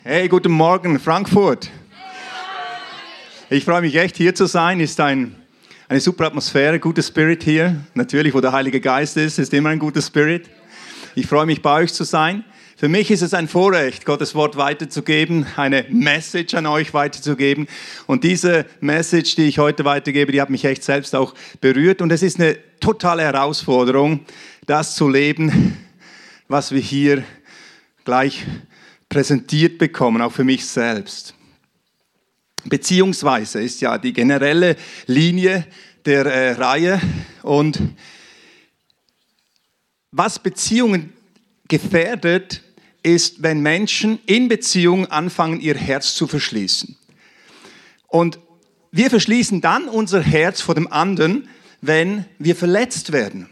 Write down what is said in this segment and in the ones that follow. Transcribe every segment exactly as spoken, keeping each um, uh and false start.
Hey, guten Morgen, Frankfurt. Ich freue mich echt, hier zu sein. Ist ein, eine super Atmosphäre, guter Spirit hier. Natürlich, wo der Heilige Geist ist, ist immer ein guter Spirit. Ich freue mich, bei euch zu sein. Für mich ist es ein Vorrecht, Gottes Wort weiterzugeben, eine Message an euch weiterzugeben. Und diese Message, die ich heute weitergebe, die hat mich echt selbst auch berührt. Und es ist eine totale Herausforderung, das zu leben, was wir hier gleich präsentiert bekommen, auch für mich selbst. Beziehungsweise ist ja die generelle Linie der äh, Reihe. Und was Beziehungen gefährdet, ist, wenn Menschen in Beziehungen anfangen, ihr Herz zu verschließen. Und wir verschließen dann unser Herz vor dem anderen, wenn wir verletzt werden.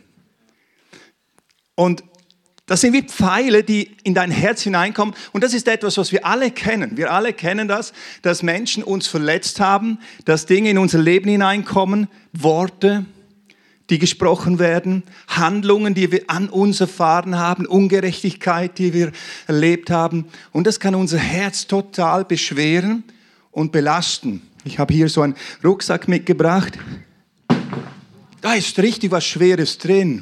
Und das sind wie Pfeile, die in dein Herz hineinkommen. Und das ist etwas, was wir alle kennen. Wir alle kennen das, dass Menschen uns verletzt haben, dass Dinge in unser Leben hineinkommen, Worte, die gesprochen werden, Handlungen, die wir an uns erfahren haben, Ungerechtigkeit, die wir erlebt haben. Und das kann unser Herz total beschweren und belasten. Ich habe hier so einen Rucksack mitgebracht. Da ist richtig was Schweres drin.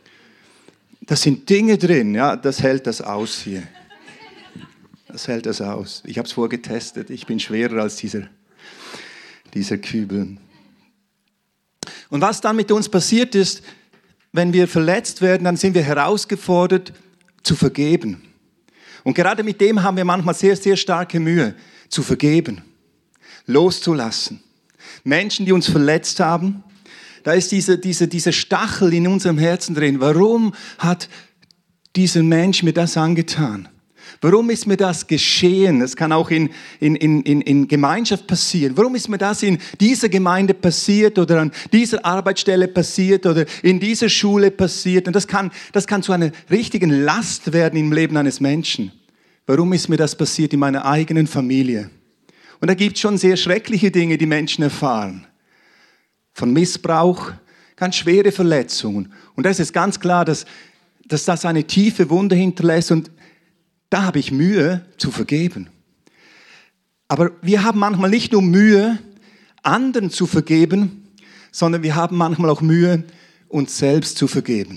Da sind Dinge drin, ja, das hält das aus hier. Das hält das aus. Ich habe es vorgetestet, ich bin schwerer als dieser, dieser Kübel. Und was dann mit uns passiert ist, wenn wir verletzt werden, dann sind wir herausgefordert, zu vergeben. Und gerade mit dem haben wir manchmal sehr, sehr starke Mühe, zu vergeben, loszulassen. Menschen, die uns verletzt haben, da ist diese, diese, diese Stachel in unserem Herzen drin. Warum hat dieser Mensch mir das angetan? Warum ist mir das geschehen? Das kann auch in, in, in, in Gemeinschaft passieren. Warum ist mir das in dieser Gemeinde passiert oder an dieser Arbeitsstelle passiert oder in dieser Schule passiert? Und das kann, das kann zu einer richtigen Last werden im Leben eines Menschen. Warum ist mir das passiert in meiner eigenen Familie? Und da gibt es schon sehr schreckliche Dinge, die Menschen erfahren. Von Missbrauch, ganz schwere Verletzungen. Und da ist es ganz klar, dass, dass das eine tiefe Wunde hinterlässt und da habe ich Mühe zu vergeben. Aber wir haben manchmal nicht nur Mühe, anderen zu vergeben, sondern wir haben manchmal auch Mühe, uns selbst zu vergeben.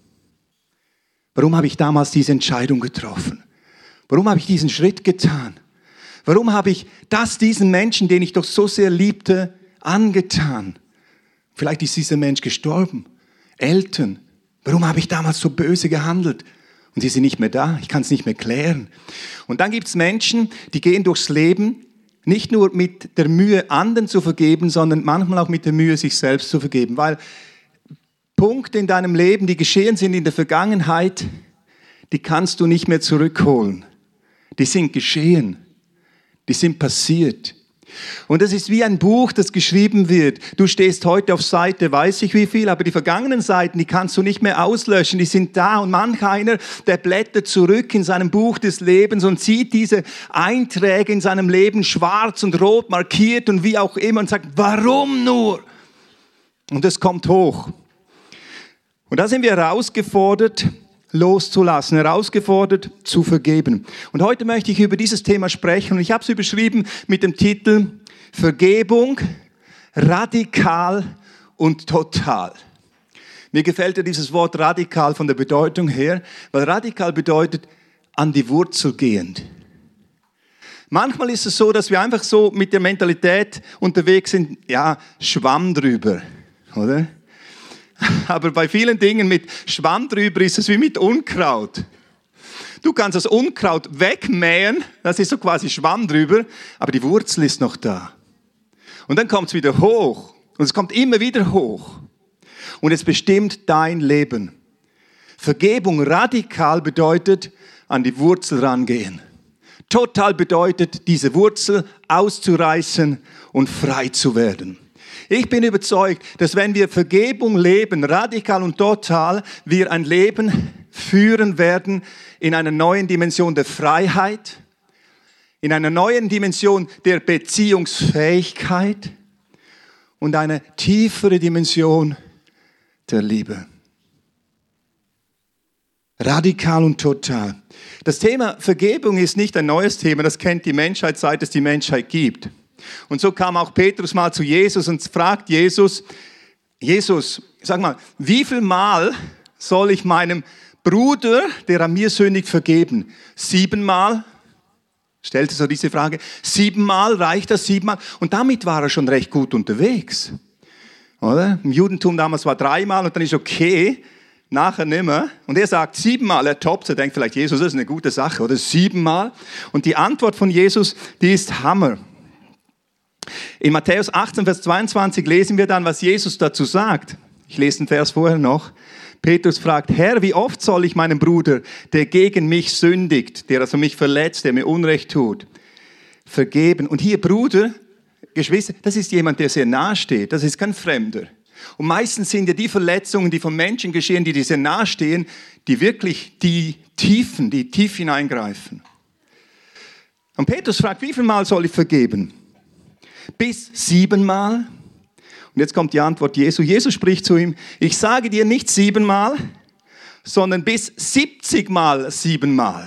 Warum habe ich damals diese Entscheidung getroffen? Warum habe ich diesen Schritt getan? Warum habe ich das diesen Menschen, den ich doch so sehr liebte, angetan? Vielleicht ist dieser Mensch gestorben. Eltern, warum habe ich damals so böse gehandelt? Und sie sind nicht mehr da, ich kann es nicht mehr klären. Und dann gibt es Menschen, die gehen durchs Leben, nicht nur mit der Mühe, anderen zu vergeben, sondern manchmal auch mit der Mühe, sich selbst zu vergeben. Weil Punkte in deinem Leben, die geschehen sind in der Vergangenheit, die kannst du nicht mehr zurückholen. Die sind geschehen, die sind passiert. Und das ist wie ein Buch, das geschrieben wird. Du stehst heute auf Seite, weiß ich wie viel, aber die vergangenen Seiten, die kannst du nicht mehr auslöschen, die sind da. Und manch einer, der blättert zurück in seinem Buch des Lebens und sieht diese Einträge in seinem Leben schwarz und rot markiert und wie auch immer und sagt, warum nur? Und es kommt hoch. Und da sind wir herausgefordert, loszulassen, herausgefordert zu vergeben. Und heute möchte ich über dieses Thema sprechen und ich habe es überschrieben mit dem Titel Vergebung, radikal und total. Mir gefällt ja dieses Wort radikal von der Bedeutung her, weil radikal bedeutet an die Wurzel gehend. Manchmal ist es so, dass wir einfach so mit der Mentalität unterwegs sind, ja, Schwamm drüber, oder? Aber bei vielen Dingen mit Schwamm drüber ist es wie mit Unkraut. Du kannst das Unkraut wegmähen, das ist so quasi Schwamm drüber, aber die Wurzel ist noch da. Und dann kommt es wieder hoch und es kommt immer wieder hoch. Und es bestimmt dein Leben. Vergebung radikal bedeutet, an die Wurzel rangehen. Total bedeutet, diese Wurzel auszureißen und frei zu werden. Ich bin überzeugt, dass wenn wir Vergebung leben, radikal und total, wir ein Leben führen werden in einer neuen Dimension der Freiheit, in einer neuen Dimension der Beziehungsfähigkeit und eine tiefere Dimension der Liebe. Radikal und total. Das Thema Vergebung ist nicht ein neues Thema, das kennt die Menschheit, seit es die Menschheit gibt. Und so kam auch Petrus mal zu Jesus und fragt Jesus, Jesus, sag mal, wie viel Mal soll ich meinem Bruder, der an mir sündigt, vergeben? Siebenmal? Stellte so diese Frage. Siebenmal, reicht das siebenmal? Und damit war er schon recht gut unterwegs. Oder? Im Judentum damals war dreimal und dann ist okay, nachher nimmer. Und er sagt siebenmal, er toppt, er denkt vielleicht, Jesus, das ist eine gute Sache, oder? Siebenmal. Und die Antwort von Jesus, die ist Hammer. In Matthäus achtzehn, Vers zweiundzwanzig lesen wir dann, was Jesus dazu sagt. Ich lese den Vers vorher noch. Petrus fragt, Herr, wie oft soll ich meinem Bruder, der gegen mich sündigt, der also mich verletzt, der mir Unrecht tut, vergeben? Und hier Bruder, Geschwister, das ist jemand, der sehr nahe steht, das ist kein Fremder. Und meistens sind ja die Verletzungen, die von Menschen geschehen, die dir sehr nahe stehen, die wirklich die Tiefen, die tief hineingreifen. Und Petrus fragt, wie viel Mal soll ich vergeben? Bis siebenmal? Und jetzt kommt die Antwort Jesu. Jesus spricht zu ihm, ich sage dir nicht siebenmal, sondern bis siebzigmal siebenmal.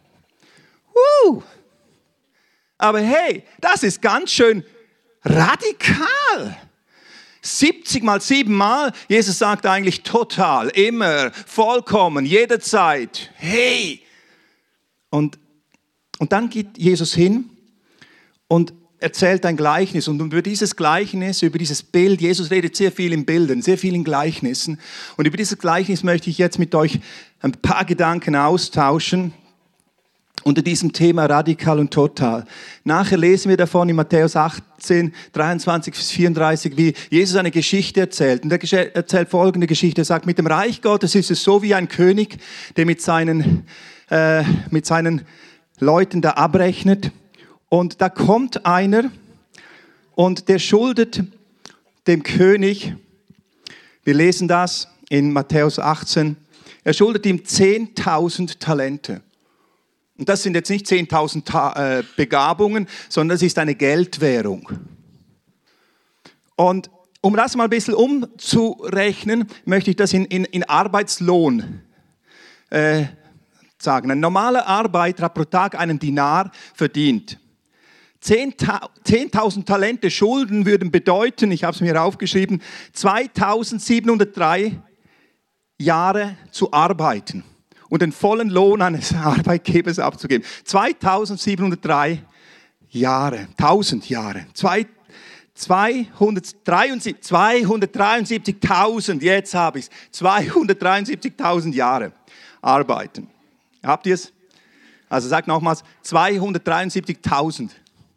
Uh. Aber hey, das ist ganz schön radikal. siebzig mal siebenmal, Jesus sagt eigentlich total, immer, vollkommen, jederzeit. Hey! Und, und dann geht Jesus hin und erzählt ein Gleichnis. Und über dieses Gleichnis, über dieses Bild, Jesus redet sehr viel in Bildern, sehr viel in Gleichnissen. Und über dieses Gleichnis möchte ich jetzt mit euch ein paar Gedanken austauschen. Unter diesem Thema radikal und total. Nachher lesen wir davon in Matthäus achtzehn, dreiundzwanzig bis vierunddreißig, wie Jesus eine Geschichte erzählt. Und er erzählt folgende Geschichte. Er sagt, mit dem Reich Gottes ist es so wie ein König, der mit seinen, äh, mit seinen Leuten da abrechnet. Und da kommt einer und der schuldet dem König, wir lesen das in Matthäus achtzehn, er schuldet ihm zehntausend Talente. Und das sind jetzt nicht zehntausend Ta- äh, Begabungen, sondern das ist eine Geldwährung. Und um das mal ein bisschen umzurechnen, möchte ich das in, in, in Arbeitslohn äh, sagen. Ein normaler Arbeiter hat pro Tag einen Dinar verdient. zehntausend Talente Schulden würden bedeuten, ich habe es mir aufgeschrieben, zweitausendsiebenhundertdrei Jahre zu arbeiten und den vollen Lohn eines Arbeitgebers abzugeben. zweitausendsiebenhundertdrei Jahre, tausend Jahre, zweihundertdreiundsiebzigtausend, jetzt habe ich es, zweihundertdreiundsiebzigtausend Jahre arbeiten. Habt ihr es? Also sagt nochmals, zweihundertdreiundsiebzigtausend.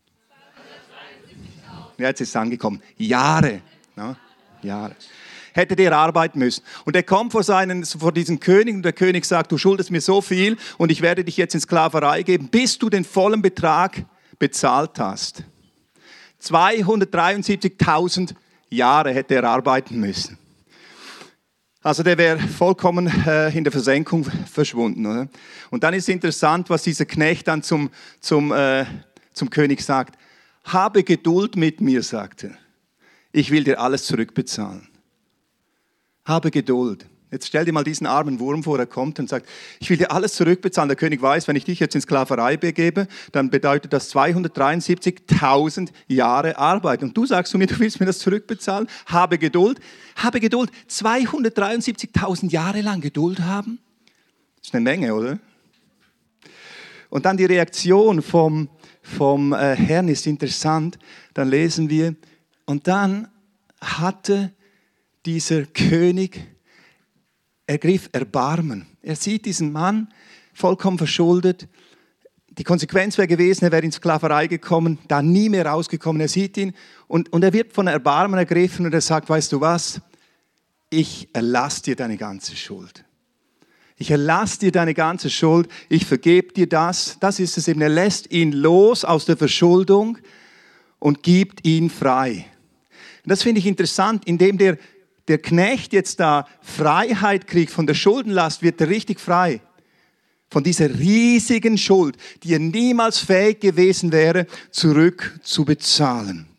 Jetzt ist es angekommen. Jahre. Ja, Jahre. Hätte der arbeiten müssen. Und er kommt vor, seinen, vor diesen König und der König sagt, du schuldest mir so viel und ich werde dich jetzt in Sklaverei geben, bis du den vollen Betrag bezahlt hast. zweihundertdreiundsiebzigtausend Jahre hätte er arbeiten müssen. Also der wäre vollkommen äh, in der Versenkung verschwunden. Oder? Und dann ist interessant, was dieser Knecht dann zum, zum, äh, zum König sagt. Habe Geduld mit mir, sagt er. Ich will dir alles zurückbezahlen. Habe Geduld. Jetzt stell dir mal diesen armen Wurm vor, er kommt und sagt, ich will dir alles zurückbezahlen. Der König weiß, wenn ich dich jetzt in Sklaverei begebe, dann bedeutet das zweihundertdreiundsiebzigtausend Jahre Arbeit. Und du sagst zu mir, du willst mir das zurückbezahlen? Habe Geduld. Habe Geduld. zweihundertdreiundsiebzigtausend Jahre lang Geduld haben? Das ist eine Menge, oder? Und dann die Reaktion vom, vom äh, Herrn ist interessant. Dann lesen wir, und dann hatte dieser König ergriff Erbarmen. Er sieht diesen Mann vollkommen verschuldet. Die Konsequenz wäre gewesen, er wäre in Sklaverei gekommen, da nie mehr rausgekommen. Er sieht ihn und, und er wird von Erbarmen ergriffen und er sagt, weißt du was, ich erlasse dir deine ganze Schuld. Ich erlasse dir deine ganze Schuld, ich vergebe dir das. Das ist es eben, er lässt ihn los aus der Verschuldung und gibt ihn frei. Und das finde ich interessant, indem der der Knecht jetzt da Freiheit kriegt von der Schuldenlast, wird er richtig frei. Von dieser riesigen Schuld, die er niemals fähig gewesen wäre, zurückzubezahlen.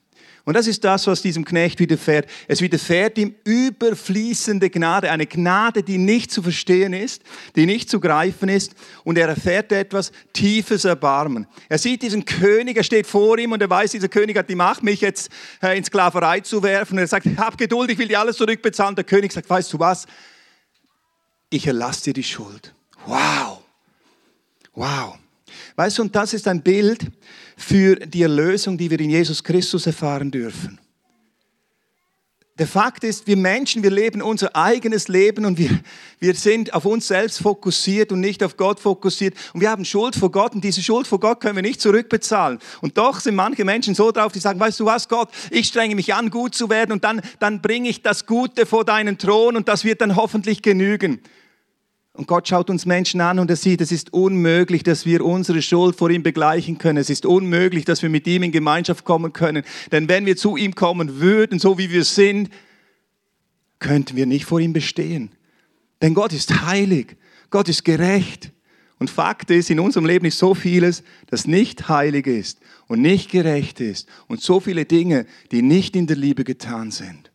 Und das ist das, was diesem Knecht widerfährt. Es widerfährt ihm überfließende Gnade, eine Gnade, die nicht zu verstehen ist, die nicht zu greifen ist. Und er erfährt etwas tiefes Erbarmen. Er sieht diesen König, er steht vor ihm und er weiß, dieser König hat die Macht, mich jetzt in Sklaverei zu werfen. Und er sagt, hab Geduld, ich will dir alles zurückbezahlen. Der König sagt, weißt du was? Ich erlasse dir die Schuld. Wow. Wow. Weißt du, und das ist ein Bild für die Erlösung, die wir in Jesus Christus erfahren dürfen. Der Fakt ist, wir Menschen, wir leben unser eigenes Leben und wir, wir sind auf uns selbst fokussiert und nicht auf Gott fokussiert. Und wir haben Schuld vor Gott und diese Schuld vor Gott können wir nicht zurückbezahlen. Und doch sind manche Menschen so drauf, die sagen, weißt du was, Gott, ich strenge mich an, gut zu werden und dann, dann bringe ich das Gute vor deinen Thron und das wird dann hoffentlich genügen. Und Gott schaut uns Menschen an und er sieht, es ist unmöglich, dass wir unsere Schuld vor ihm begleichen können. Es ist unmöglich, dass wir mit ihm in Gemeinschaft kommen können. Denn wenn wir zu ihm kommen würden, so wie wir sind, könnten wir nicht vor ihm bestehen. Denn Gott ist heilig, Gott ist gerecht. Und Fakt ist, in unserem Leben ist so vieles, das nicht heilig ist und nicht gerecht ist. Und so viele Dinge, die nicht in der Liebe getan sind.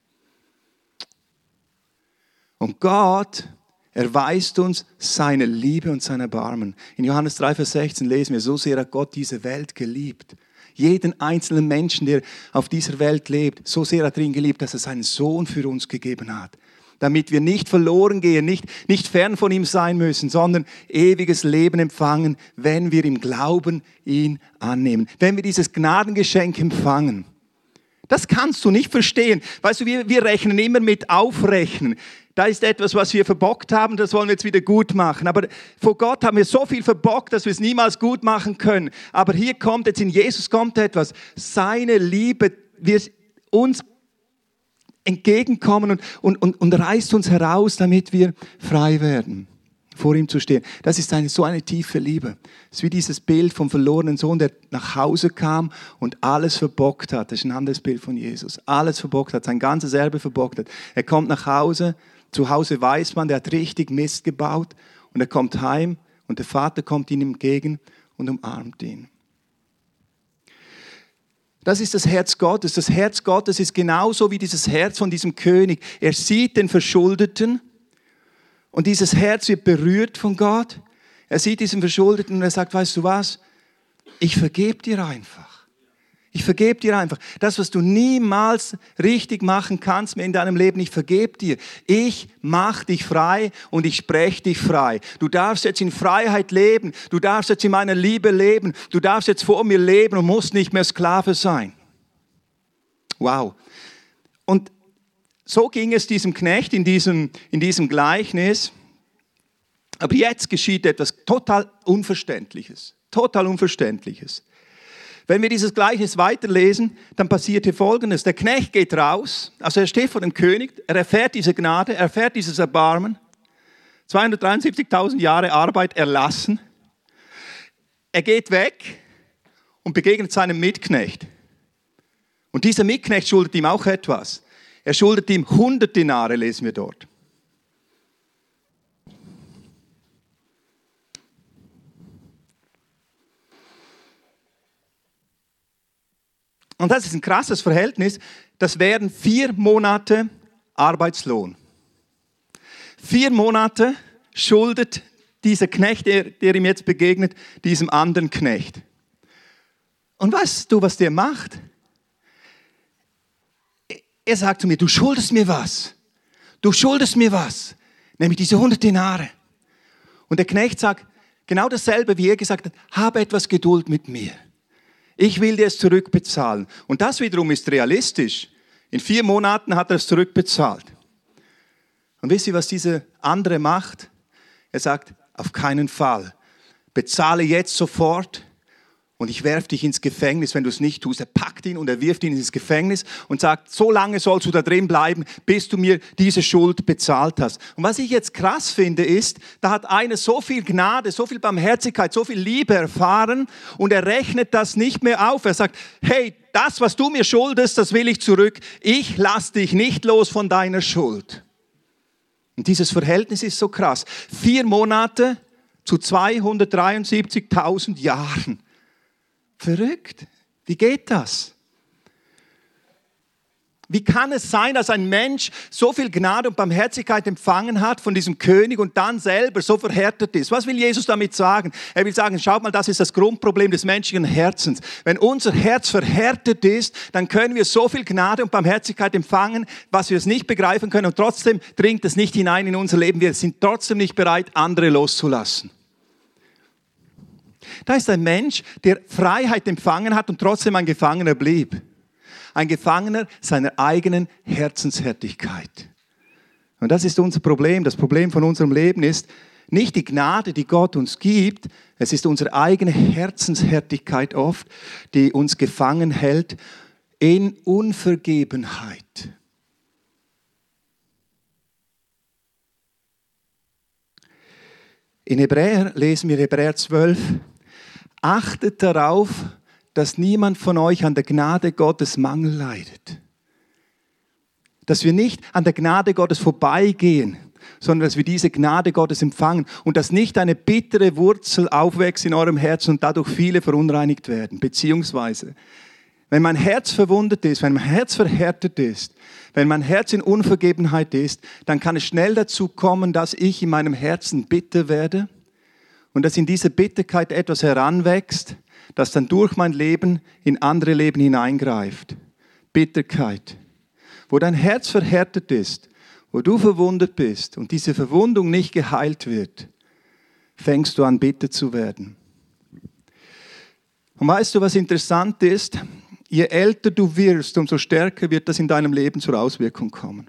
Und Gott erweist uns seine Liebe und sein Erbarmen. In Johannes drei, Vers sechzehn lesen wir, so sehr hat Gott diese Welt geliebt. Jeden einzelnen Menschen, der auf dieser Welt lebt, so sehr hat er ihn geliebt, dass er seinen Sohn für uns gegeben hat. Damit wir nicht verloren gehen, nicht, nicht fern von ihm sein müssen, sondern ewiges Leben empfangen, wenn wir im Glauben ihn annehmen. Wenn wir dieses Gnadengeschenk empfangen. Das kannst du nicht verstehen. Weißt du, wir, wir rechnen immer mit Aufrechnen. Da ist etwas, was wir verbockt haben, das wollen wir jetzt wieder gut machen. Aber vor Gott haben wir so viel verbockt, dass wir es niemals gut machen können. Aber hier kommt jetzt, in Jesus kommt etwas. Seine Liebe wird uns entgegenkommen und, und, und, und reißt uns heraus, damit wir frei werden, vor ihm zu stehen. Das ist eine, so eine tiefe Liebe. Es ist wie dieses Bild vom verlorenen Sohn, der nach Hause kam und alles verbockt hat. Das ist ein anderes Bild von Jesus. Alles verbockt hat, sein ganzes Erbe verbockt hat. Er kommt nach Hause. Zu Hause weiß man, der hat richtig Mist gebaut und er kommt heim und der Vater kommt ihm entgegen und umarmt ihn. Das ist das Herz Gottes. Das Herz Gottes ist genauso wie dieses Herz von diesem König. Er sieht den Verschuldeten und dieses Herz wird berührt von Gott. Er sieht diesen Verschuldeten und er sagt, weißt du was, ich vergebe dir einfach. Ich vergebe dir einfach. Das, was du niemals richtig machen kannst mehr in deinem Leben, ich vergebe dir. Ich mache dich frei und ich spreche dich frei. Du darfst jetzt in Freiheit leben. Du darfst jetzt in meiner Liebe leben. Du darfst jetzt vor mir leben und musst nicht mehr Sklave sein. Wow. Und so ging es diesem Knecht in diesem, in diesem Gleichnis. Aber jetzt geschieht etwas total Unverständliches. Total Unverständliches. Wenn wir dieses Gleichnis weiterlesen, dann passiert hier Folgendes. Der Knecht geht raus, also er steht vor dem König, er erfährt diese Gnade, er erfährt dieses Erbarmen. zweihundertdreiundsiebzigtausend Jahre Arbeit erlassen. Er geht weg und begegnet seinem Mitknecht. Und dieser Mitknecht schuldet ihm auch etwas. Er schuldet ihm hundert Dinare, lesen wir dort. Und das ist ein krasses Verhältnis. Das wären vier Monate Arbeitslohn. Vier Monate schuldet dieser Knecht, der, der ihm jetzt begegnet, diesem anderen Knecht. Und weißt du, was der macht? Er sagt zu mir, du schuldest mir was. Du schuldest mir was. Nämlich diese hundert Dinare. Und der Knecht sagt genau dasselbe, wie er gesagt hat, habe etwas Geduld mit mir. Ich will dir es zurückbezahlen. Und das wiederum ist realistisch. In vier Monaten hat er es zurückbezahlt. Und wisst ihr, was dieser andere macht? Er sagt, auf keinen Fall. Bezahle jetzt sofort und ich werfe dich ins Gefängnis, wenn du es nicht tust. Er packt ihn und er wirft ihn ins Gefängnis und sagt, so lange sollst du da drin bleiben, bis du mir diese Schuld bezahlt hast. Und was ich jetzt krass finde, ist, da hat einer so viel Gnade, so viel Barmherzigkeit, so viel Liebe erfahren und er rechnet das nicht mehr auf. Er sagt, hey, das, was du mir schuldest, das will ich zurück. Ich lasse dich nicht los von deiner Schuld. Und dieses Verhältnis ist so krass. Vier Monate zu zweihundertdreiundsiebzigtausend Jahren. Verrückt. Wie geht das? Wie kann es sein, dass ein Mensch so viel Gnade und Barmherzigkeit empfangen hat von diesem König und dann selber so verhärtet ist? Was will Jesus damit sagen? Er will sagen, schaut mal, das ist das Grundproblem des menschlichen Herzens. Wenn unser Herz verhärtet ist, dann können wir so viel Gnade und Barmherzigkeit empfangen, was wir es nicht begreifen können und trotzdem dringt es nicht hinein in unser Leben. Wir sind trotzdem nicht bereit, andere loszulassen. Da ist ein Mensch, der Freiheit empfangen hat und trotzdem ein Gefangener blieb. Ein Gefangener seiner eigenen Herzenshärtigkeit. Und das ist unser Problem. Das Problem von unserem Leben ist nicht die Gnade, die Gott uns gibt. Es ist unsere eigene Herzenshärtigkeit oft, die uns gefangen hält in Unvergebenheit. In Hebräer lesen wir Hebräer zwölf. Achtet darauf, dass niemand von euch an der Gnade Gottes Mangel leidet. Dass wir nicht an der Gnade Gottes vorbeigehen, sondern dass wir diese Gnade Gottes empfangen und dass nicht eine bittere Wurzel aufwächst in eurem Herzen und dadurch viele verunreinigt werden. Beziehungsweise, wenn mein Herz verwundet ist, wenn mein Herz verhärtet ist, wenn mein Herz in Unvergebenheit ist, dann kann es schnell dazu kommen, dass ich in meinem Herzen bitter werde und dass in dieser Bitterkeit etwas heranwächst, das dann durch mein Leben in andere Leben hineingreift. Bitterkeit. Wo dein Herz verhärtet ist, wo du verwundet bist und diese Verwundung nicht geheilt wird, fängst du an, bitter zu werden. Und weißt du, was interessant ist? Je älter du wirst, umso stärker wird das in deinem Leben zur Auswirkung kommen.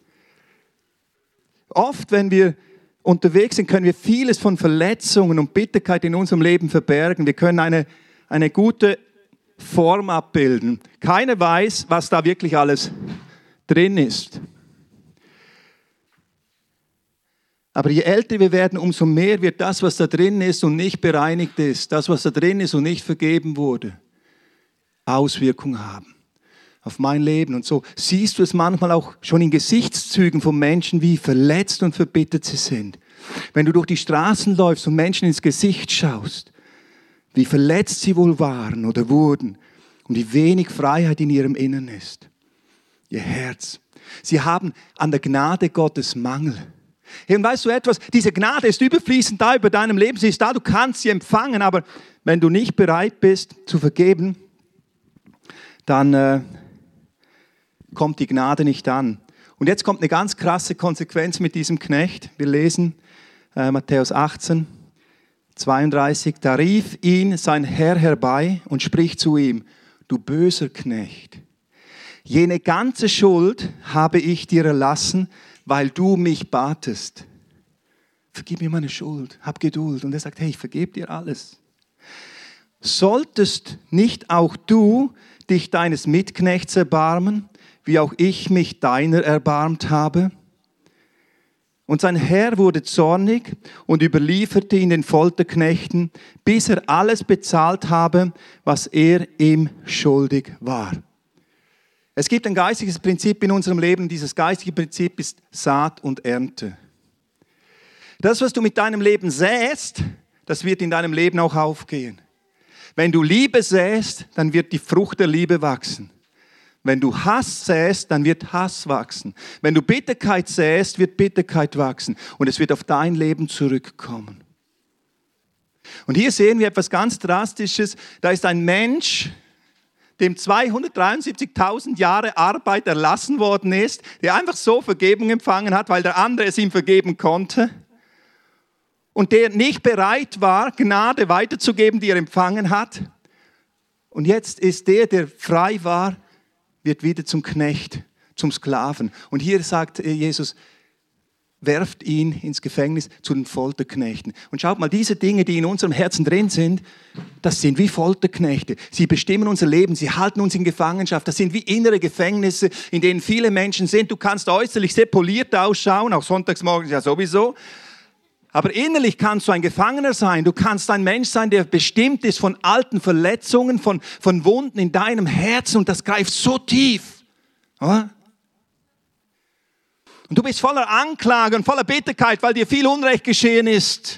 Oft, wenn wir unterwegs sind, können wir vieles von Verletzungen und Bitterkeit in unserem Leben verbergen. Wir können eine eine gute Form abbilden. Keiner weiß, was da wirklich alles drin ist. Aber je älter wir werden, umso mehr wird das, was da drin ist und nicht bereinigt ist, das, was da drin ist und nicht vergeben wurde, Auswirkungen haben auf mein Leben. Und so siehst du es manchmal auch schon in Gesichtszügen von Menschen, wie verletzt und verbittert sie sind. Wenn du durch die Straßen läufst und Menschen ins Gesicht schaust, wie verletzt sie wohl waren oder wurden und wie wenig Freiheit in ihrem Innern ist. Ihr Herz. Sie haben an der Gnade Gottes Mangel. Hey, und weißt du etwas? Diese Gnade ist überfließend da über deinem Leben. Sie ist da, du kannst sie empfangen, aber wenn du nicht bereit bist zu vergeben, dann äh, kommt die Gnade nicht an. Und jetzt kommt eine ganz krasse Konsequenz mit diesem Knecht. Wir lesen äh, Matthäus achtzehn. zweiunddreißig, da rief ihn sein Herr herbei und spricht zu ihm, du böser Knecht, jene ganze Schuld habe ich dir erlassen, weil du mich batest. Vergib mir meine Schuld, hab Geduld. Und er sagt, hey, ich vergebe dir alles. Solltest nicht auch du dich deines Mitknechts erbarmen, wie auch ich mich deiner erbarmt habe? Und sein Herr wurde zornig und überlieferte ihn den Folterknechten, bis er alles bezahlt habe, was er ihm schuldig war. Es gibt ein geistiges Prinzip in unserem Leben. Dieses geistige Prinzip ist Saat und Ernte. Das, was du mit deinem Leben säst, das wird in deinem Leben auch aufgehen. Wenn du Liebe säst, dann wird die Frucht der Liebe wachsen. Wenn du Hass säst, dann wird Hass wachsen. Wenn du Bitterkeit säst, wird Bitterkeit wachsen. Und es wird auf dein Leben zurückkommen. Und hier sehen wir etwas ganz Drastisches. Da ist ein Mensch, dem zweihundertdreiundsiebzigtausend Jahre Arbeit erlassen worden ist, der einfach so Vergebung empfangen hat, weil der andere es ihm vergeben konnte. Und der nicht bereit war, Gnade weiterzugeben, die er empfangen hat. Und jetzt ist der, der frei war, wird wieder zum Knecht, zum Sklaven. Und hier sagt Jesus, werft ihn ins Gefängnis zu den Folterknechten. Und schaut mal, diese Dinge, die in unserem Herzen drin sind, das sind wie Folterknechte. Sie bestimmen unser Leben, sie halten uns in Gefangenschaft. Das sind wie innere Gefängnisse, in denen viele Menschen sind. Du kannst äußerlich sehr poliert ausschauen, auch sonntagsmorgens ja sowieso. Aber innerlich kannst du ein Gefangener sein. Du kannst ein Mensch sein, der bestimmt ist von alten Verletzungen, von, von Wunden in deinem Herzen. Und das greift so tief. Oder? Und du bist voller Anklage und voller Bitterkeit, weil dir viel Unrecht geschehen ist.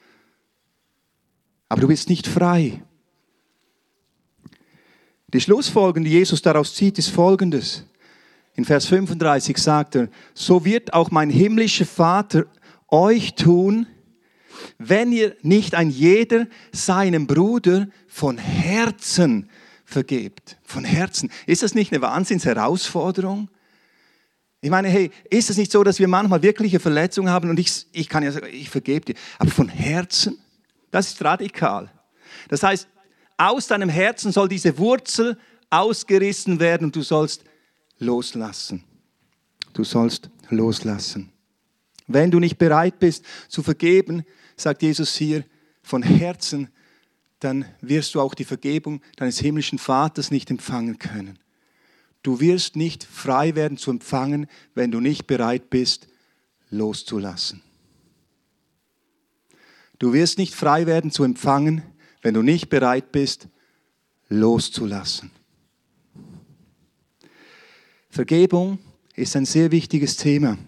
Aber du bist nicht frei. Die Schlussfolgerung, die Jesus daraus zieht, ist folgendes. In Vers fünfunddreißig sagt er, so wird auch mein himmlischer Vater euch tun, wenn ihr nicht ein jeder seinem Bruder von Herzen vergebt. Von Herzen. Ist das nicht eine Wahnsinnsherausforderung? Ich meine, hey, ist es nicht so, dass wir manchmal wirkliche Verletzungen haben und ich, ich kann ja sagen, ich vergebe dir, aber von Herzen? Das ist radikal. Das heißt, aus deinem Herzen soll diese Wurzel ausgerissen werden und du sollst loslassen. Du sollst loslassen. Wenn du nicht bereit bist zu vergeben, sagt Jesus hier, von Herzen, dann wirst du auch die Vergebung deines himmlischen Vaters nicht empfangen können. Du wirst nicht frei werden zu empfangen, wenn du nicht bereit bist, loszulassen. Du wirst nicht frei werden zu empfangen, wenn du nicht bereit bist, loszulassen. Vergebung ist ein sehr wichtiges Thema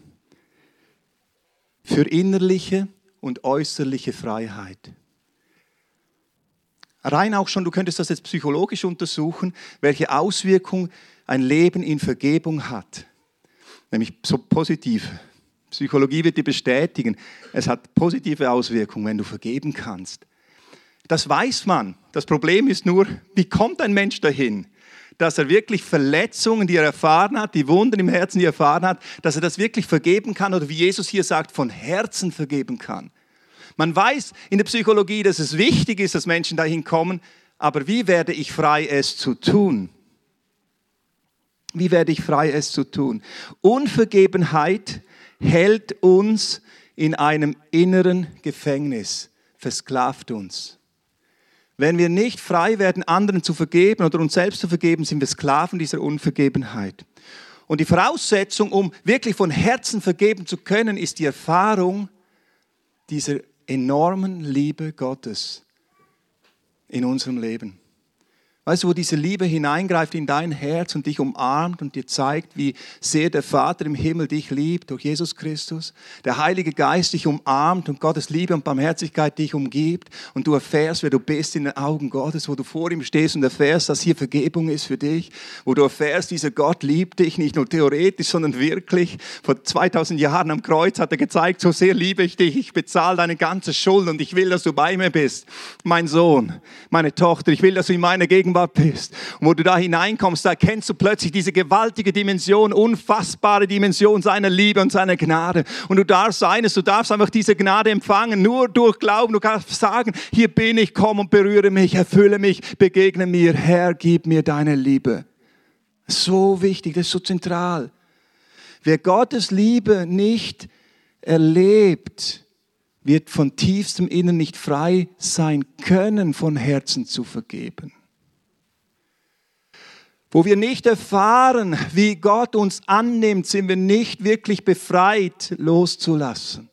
für innerliche und äußerliche Freiheit. Rein auch schon, du könntest das jetzt psychologisch untersuchen, welche Auswirkung ein Leben in Vergebung hat. Nämlich so positiv. Psychologie wird dir bestätigen, es hat positive Auswirkungen, wenn du vergeben kannst. Das weiß man. Das Problem ist nur, wie kommt ein Mensch dahin, dass er wirklich Verletzungen, die er erfahren hat, die Wunden im Herzen, die er erfahren hat, dass er das wirklich vergeben kann oder wie Jesus hier sagt, von Herzen vergeben kann. Man weiß in der Psychologie, dass es wichtig ist, dass Menschen dahin kommen, aber wie werde ich frei, es zu tun? Wie werde ich frei, es zu tun? Unvergebenheit hält uns in einem inneren Gefängnis, versklavt uns. Wenn wir nicht frei werden, anderen zu vergeben oder uns selbst zu vergeben, sind wir Sklaven dieser Unvergebenheit. Und die Voraussetzung, um wirklich von Herzen vergeben zu können, ist die Erfahrung dieser enormen Liebe Gottes in unserem Leben. Weißt du, wo diese Liebe hineingreift in dein Herz und dich umarmt und dir zeigt, wie sehr der Vater im Himmel dich liebt durch Jesus Christus. Der Heilige Geist dich umarmt und Gottes Liebe und Barmherzigkeit dich umgibt und du erfährst, wer du bist in den Augen Gottes, wo du vor ihm stehst und erfährst, dass hier Vergebung ist für dich, wo du erfährst, dieser Gott liebt dich nicht nur theoretisch, sondern wirklich. Vor zweitausend Jahren am Kreuz hat er gezeigt, so sehr liebe ich dich, ich bezahle deine ganze Schuld und ich will, dass du bei mir bist. Mein Sohn, meine Tochter, ich will, dass du in meiner Gegenwart bist. Und wo du da hineinkommst, da erkennst du plötzlich diese gewaltige Dimension, unfassbare Dimension seiner Liebe und seiner Gnade. Und du darfst eines, du darfst einfach diese Gnade empfangen, nur durch Glauben. Du kannst sagen, hier bin ich, komm und berühre mich, erfülle mich, begegne mir, Herr, gib mir deine Liebe. So wichtig, das ist so zentral. Wer Gottes Liebe nicht erlebt, wird von tiefstem Innern nicht frei sein können, von Herzen zu vergeben. Wo wir nicht erfahren, wie Gott uns annimmt, sind wir nicht wirklich befreit, loszulassen.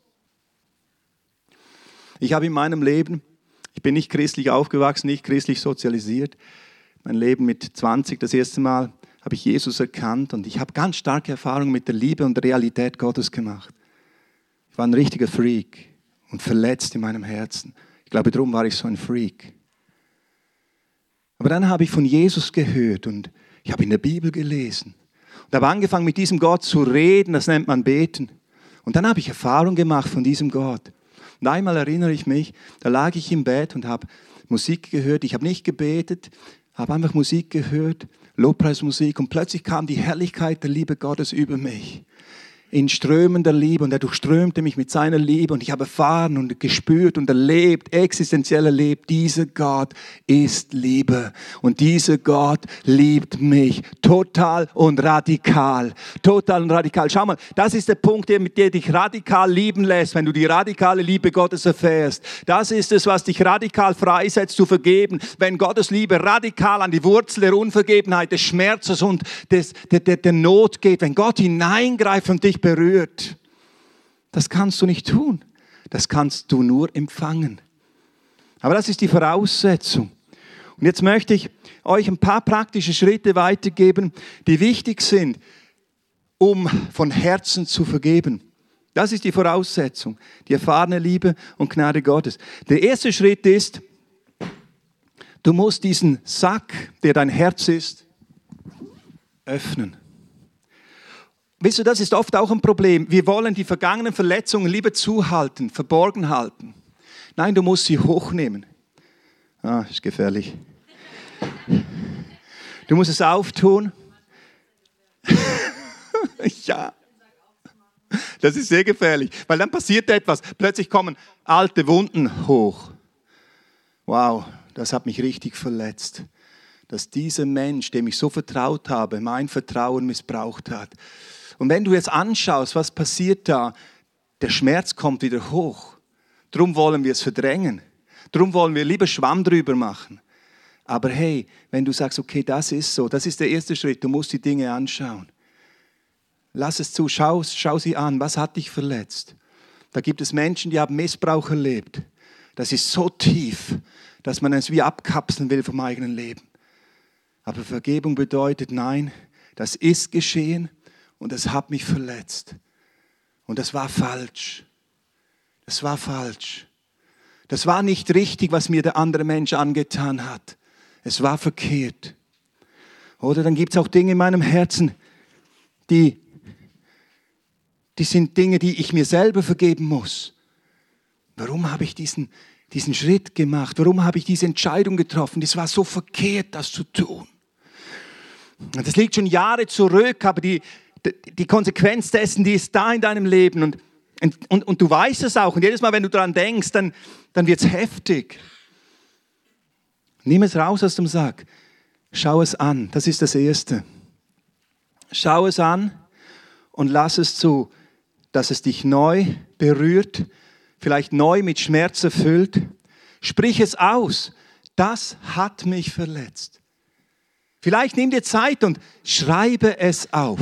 Ich habe in meinem Leben, ich bin nicht christlich aufgewachsen, nicht christlich sozialisiert, mein Leben mit zwanzig, das erste Mal habe ich Jesus erkannt und ich habe ganz starke Erfahrungen mit der Liebe und der Realität Gottes gemacht. Ich war ein richtiger Freak und verletzt in meinem Herzen. Ich glaube, darum war ich so ein Freak. Aber dann habe ich von Jesus gehört und ich habe in der Bibel gelesen und habe angefangen, mit diesem Gott zu reden, das nennt man Beten. Und dann habe ich Erfahrung gemacht von diesem Gott. Und einmal erinnere ich mich, da lag ich im Bett und habe Musik gehört. Ich habe nicht gebetet, habe einfach Musik gehört, Lobpreismusik und plötzlich kam die Herrlichkeit der Liebe Gottes über mich. In strömender Liebe und er durchströmte mich mit seiner Liebe und ich habe erfahren und gespürt und erlebt, existenziell erlebt, dieser Gott ist Liebe und dieser Gott liebt mich total und radikal, total und radikal. Schau mal, das ist der Punkt, der mit dir dich radikal lieben lässt, wenn du die radikale Liebe Gottes erfährst. Das ist es, was dich radikal freisetzt zu vergeben, wenn Gottes Liebe radikal an die Wurzel der Unvergebenheit, des Schmerzes und des, der, der, der Not geht, wenn Gott hineingreift und dich berührt. Das kannst du nicht tun. Das kannst du nur empfangen. Aber das ist die Voraussetzung. Und jetzt möchte ich euch ein paar praktische Schritte weitergeben, die wichtig sind, um von Herzen zu vergeben. Das ist die Voraussetzung, die erfahrene Liebe und Gnade Gottes. Der erste Schritt ist, du musst diesen Sack, der dein Herz ist, öffnen. Wisst ihr, das ist oft auch ein Problem. Wir wollen die vergangenen Verletzungen lieber zuhalten, verborgen halten. Nein, du musst sie hochnehmen. Ah, ist gefährlich. Du musst es auftun. Ja. Das ist sehr gefährlich, weil dann passiert etwas. Plötzlich kommen alte Wunden hoch. Wow, das hat mich richtig verletzt. Dass dieser Mensch, dem ich so vertraut habe, mein Vertrauen missbraucht hat. Und wenn du jetzt anschaust, was passiert da, der Schmerz kommt wieder hoch. Darum wollen wir es verdrängen. Darum wollen wir lieber Schwamm drüber machen. Aber hey, wenn du sagst, okay, das ist so, das ist der erste Schritt, du musst die Dinge anschauen. Lass es zu, schau, schau sie an, was hat dich verletzt? Da gibt es Menschen, die haben Missbrauch erlebt. Das ist so tief, dass man es wie abkapseln will vom eigenen Leben. Aber Vergebung bedeutet, nein, das ist geschehen und das hat mich verletzt. Und das war falsch. Das war falsch. Das war nicht richtig, was mir der andere Mensch angetan hat. Es war verkehrt. Oder dann gibt es auch Dinge in meinem Herzen, die, die sind Dinge, die ich mir selber vergeben muss. Warum habe ich diesen, diesen Schritt gemacht? Warum habe ich diese Entscheidung getroffen? Das war so verkehrt, das zu tun. Und das liegt schon Jahre zurück, aber die, die Konsequenz dessen, die ist da in deinem Leben. Und, und, und du weißt es auch. Und jedes Mal, wenn du daran denkst, dann, dann wird es heftig. Nimm es raus aus dem Sack. Schau es an. Das ist das Erste. Schau es an und lass es zu, dass es dich neu berührt, vielleicht neu mit Schmerz erfüllt. Sprich es aus. Das hat mich verletzt. Vielleicht nimm dir Zeit und schreibe es auf.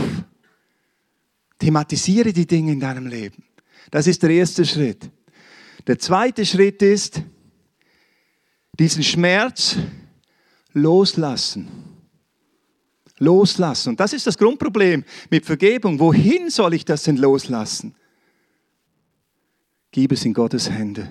Thematisiere die Dinge in deinem Leben. Das ist der erste Schritt. Der zweite Schritt ist, diesen Schmerz loslassen. Loslassen. Und das ist das Grundproblem mit Vergebung. Wohin soll ich das denn loslassen? Gib es in Gottes Hände.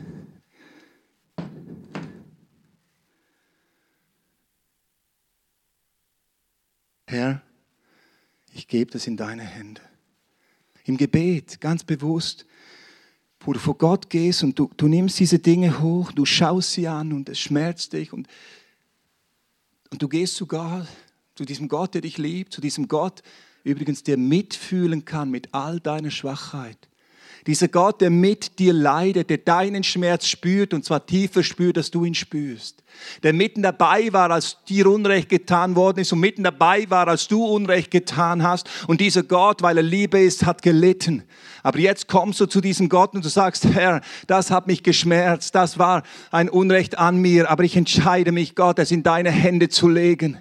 Herr, ich gebe das in deine Hände. Im Gebet, ganz bewusst, wo du vor Gott gehst und du, du nimmst diese Dinge hoch, du schaust sie an und es schmerzt dich und, und du gehst sogar zu diesem Gott, der dich liebt, zu diesem Gott, übrigens, der mitfühlen kann mit all deiner Schwachheit. Dieser Gott, der mit dir leidet, der deinen Schmerz spürt und zwar tiefer spürt, als du ihn spürst. Der mitten dabei war, als dir Unrecht getan worden ist und mitten dabei war, als du Unrecht getan hast. Und dieser Gott, weil er Liebe ist, hat gelitten. Aber jetzt kommst du zu diesem Gott und du sagst, Herr, das hat mich geschmerzt, das war ein Unrecht an mir, aber ich entscheide mich, Gott, es in deine Hände zu legen.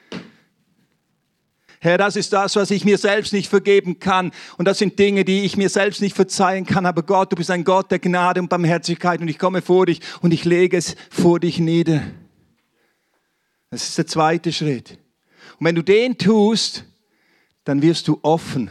Herr, das ist das, was ich mir selbst nicht vergeben kann. Und das sind Dinge, die ich mir selbst nicht verzeihen kann. Aber Gott, du bist ein Gott der Gnade und Barmherzigkeit. Und ich komme vor dich und ich lege es vor dich nieder. Das ist der zweite Schritt. Und wenn du den tust, dann wirst du offen,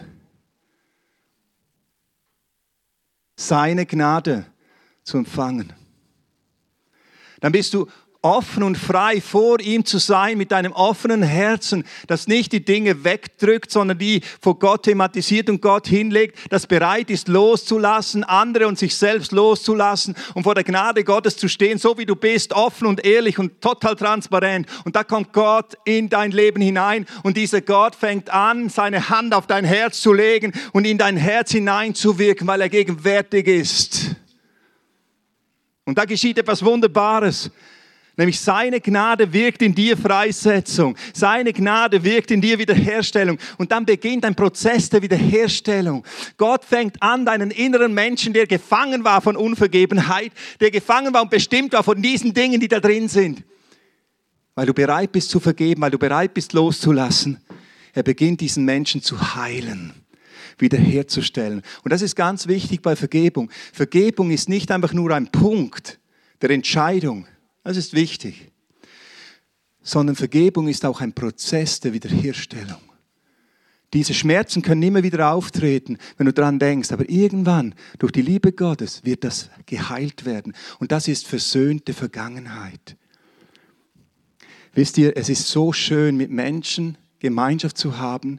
seine Gnade zu empfangen. Dann bist du offen und frei vor ihm zu sein mit einem offenen Herzen, das nicht die Dinge wegdrückt, sondern die vor Gott thematisiert und Gott hinlegt, das bereit ist loszulassen, andere und sich selbst loszulassen und vor der Gnade Gottes zu stehen, so wie du bist, offen und ehrlich und total transparent. Und da kommt Gott in dein Leben hinein und dieser Gott fängt an, seine Hand auf dein Herz zu legen und in dein Herz hineinzuwirken, weil er gegenwärtig ist. Und da geschieht etwas Wunderbares. Nämlich seine Gnade wirkt in dir Freisetzung. Seine Gnade wirkt in dir Wiederherstellung. Und dann beginnt ein Prozess der Wiederherstellung. Gott fängt an, deinen inneren Menschen, der gefangen war von Unvergebenheit, der gefangen war und bestimmt war von diesen Dingen, die da drin sind. Weil du bereit bist zu vergeben, weil du bereit bist loszulassen. Er beginnt diesen Menschen zu heilen, wiederherzustellen. Und das ist ganz wichtig bei Vergebung. Vergebung ist nicht einfach nur ein Punkt der Entscheidung. Das ist wichtig. Sondern Vergebung ist auch ein Prozess der Wiederherstellung. Diese Schmerzen können immer wieder auftreten, wenn du daran denkst. Aber irgendwann, durch die Liebe Gottes, wird das geheilt werden. Und das ist versöhnte Vergangenheit. Wisst ihr, es ist so schön, mit Menschen Gemeinschaft zu haben,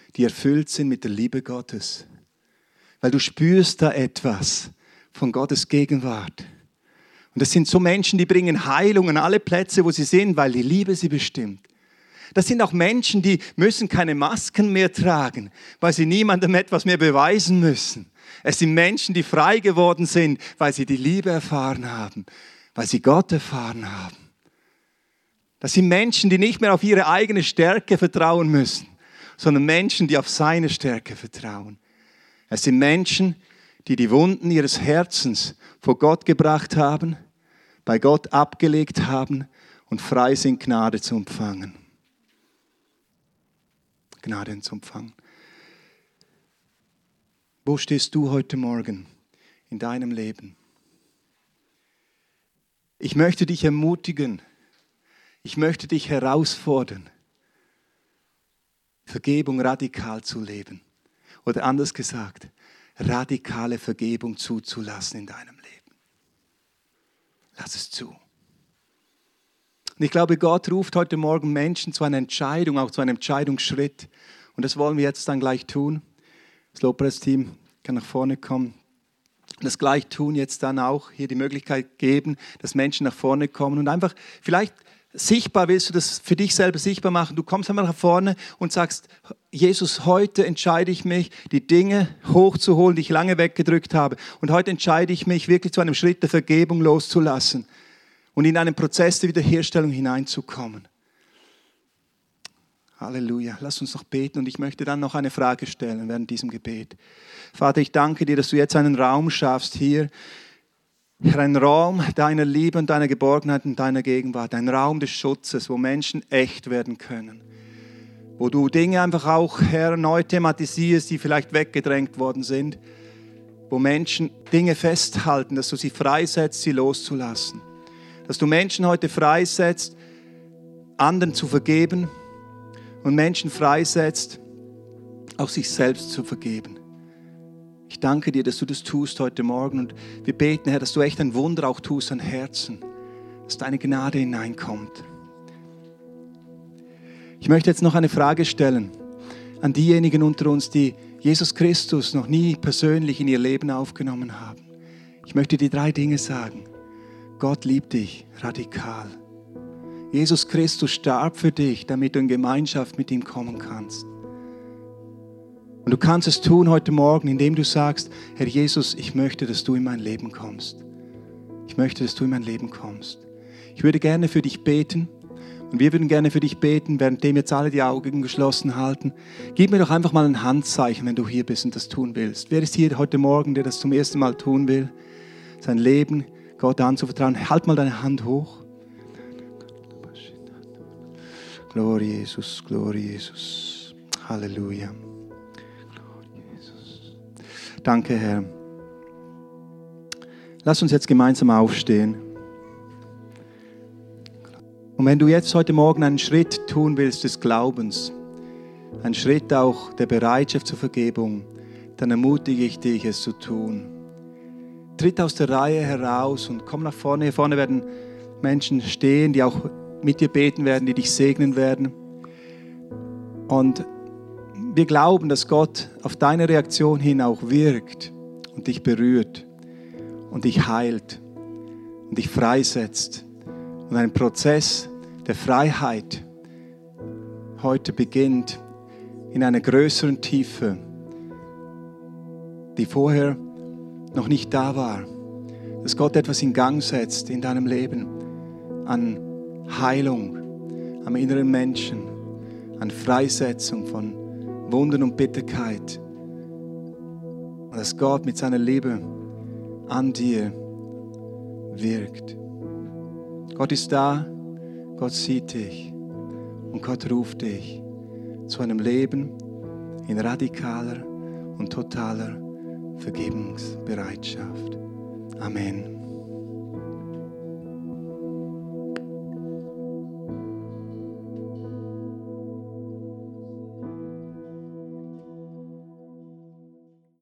die erfüllt sind mit der Liebe Gottes. Weil du spürst da etwas von Gottes Gegenwart. Und das sind so Menschen, die bringen Heilung an alle Plätze, wo sie sind, weil die Liebe sie bestimmt. Das sind auch Menschen, die müssen keine Masken mehr tragen, weil sie niemandem etwas mehr beweisen müssen. Es sind Menschen, die frei geworden sind, weil sie die Liebe erfahren haben, weil sie Gott erfahren haben. Das sind Menschen, die nicht mehr auf ihre eigene Stärke vertrauen müssen, sondern Menschen, die auf seine Stärke vertrauen. Es sind Menschen, die die Wunden ihres Herzens vor Gott gebracht haben, bei Gott abgelegt haben und frei sind, Gnade zu empfangen. Gnade zu empfangen. Wo stehst du heute Morgen in deinem Leben? Ich möchte dich ermutigen, ich möchte dich herausfordern, Vergebung radikal zu leben. Oder anders gesagt, radikale Vergebung zuzulassen in deinem Leben. Lass es zu. Und ich glaube, Gott ruft heute Morgen Menschen zu einer Entscheidung, auch zu einem Entscheidungsschritt. Und das wollen wir jetzt dann gleich tun. Das Lobpreisteam kann nach vorne kommen. Und das gleich tun, jetzt dann auch hier die Möglichkeit geben, dass Menschen nach vorne kommen und einfach vielleicht sichtbar, willst du das für dich selber sichtbar machen? Du kommst einmal nach vorne und sagst, Jesus, heute entscheide ich mich, die Dinge hochzuholen, die ich lange weggedrückt habe. Und heute entscheide ich mich, wirklich zu einem Schritt der Vergebung loszulassen und in einen Prozess der Wiederherstellung hineinzukommen. Halleluja. Lass uns noch beten und ich möchte dann noch eine Frage stellen während diesem Gebet. Vater, ich danke dir, dass du jetzt einen Raum schaffst hier, Herr, ein Raum deiner Liebe und deiner Geborgenheit und deiner Gegenwart, ein Raum des Schutzes, wo Menschen echt werden können. Wo du Dinge einfach auch, Herr, neu thematisierst, die vielleicht weggedrängt worden sind. Wo Menschen Dinge festhalten, dass du sie freisetzt, sie loszulassen. Dass du Menschen heute freisetzt, anderen zu vergeben und Menschen freisetzt, auch sich selbst zu vergeben. Ich danke dir, dass du das tust heute Morgen und wir beten, Herr, dass du echt ein Wunder auch tust an Herzen, dass deine Gnade hineinkommt. Ich möchte jetzt noch eine Frage stellen an diejenigen unter uns, die Jesus Christus noch nie persönlich in ihr Leben aufgenommen haben. Ich möchte dir drei Dinge sagen. Gott liebt dich radikal. Jesus Christus starb für dich, damit du in Gemeinschaft mit ihm kommen kannst. Und du kannst es tun heute Morgen, indem du sagst, Herr Jesus, ich möchte, dass du in mein Leben kommst. Ich möchte, dass du in mein Leben kommst. Ich würde gerne für dich beten und wir würden gerne für dich beten, währenddem jetzt alle die Augen geschlossen halten. Gib mir doch einfach mal ein Handzeichen, wenn du hier bist und das tun willst. Wer ist hier heute Morgen, der das zum ersten Mal tun will? Sein Leben Gott anzuvertrauen. Halt mal deine Hand hoch. Gloria Jesus, Gloria Jesus. Halleluja. Danke, Herr. Lass uns jetzt gemeinsam aufstehen. Und wenn du jetzt heute Morgen einen Schritt tun willst des Glaubens, einen Schritt auch der Bereitschaft zur Vergebung, dann ermutige ich dich, es zu tun. Tritt aus der Reihe heraus und komm nach vorne. Hier vorne werden Menschen stehen, die auch mit dir beten werden, die dich segnen werden. Und wir glauben, dass Gott auf deine Reaktion hin auch wirkt und dich berührt und dich heilt und dich freisetzt. Und ein Prozess der Freiheit heute beginnt in einer größeren Tiefe, die vorher noch nicht da war. Dass Gott etwas in Gang setzt in deinem Leben an Heilung am inneren Menschen, an Freisetzung von Wunden und Bitterkeit. Und dass Gott mit seiner Liebe an dir wirkt. Gott ist da, Gott sieht dich und Gott ruft dich zu einem Leben in radikaler und totaler Vergebungsbereitschaft. Amen.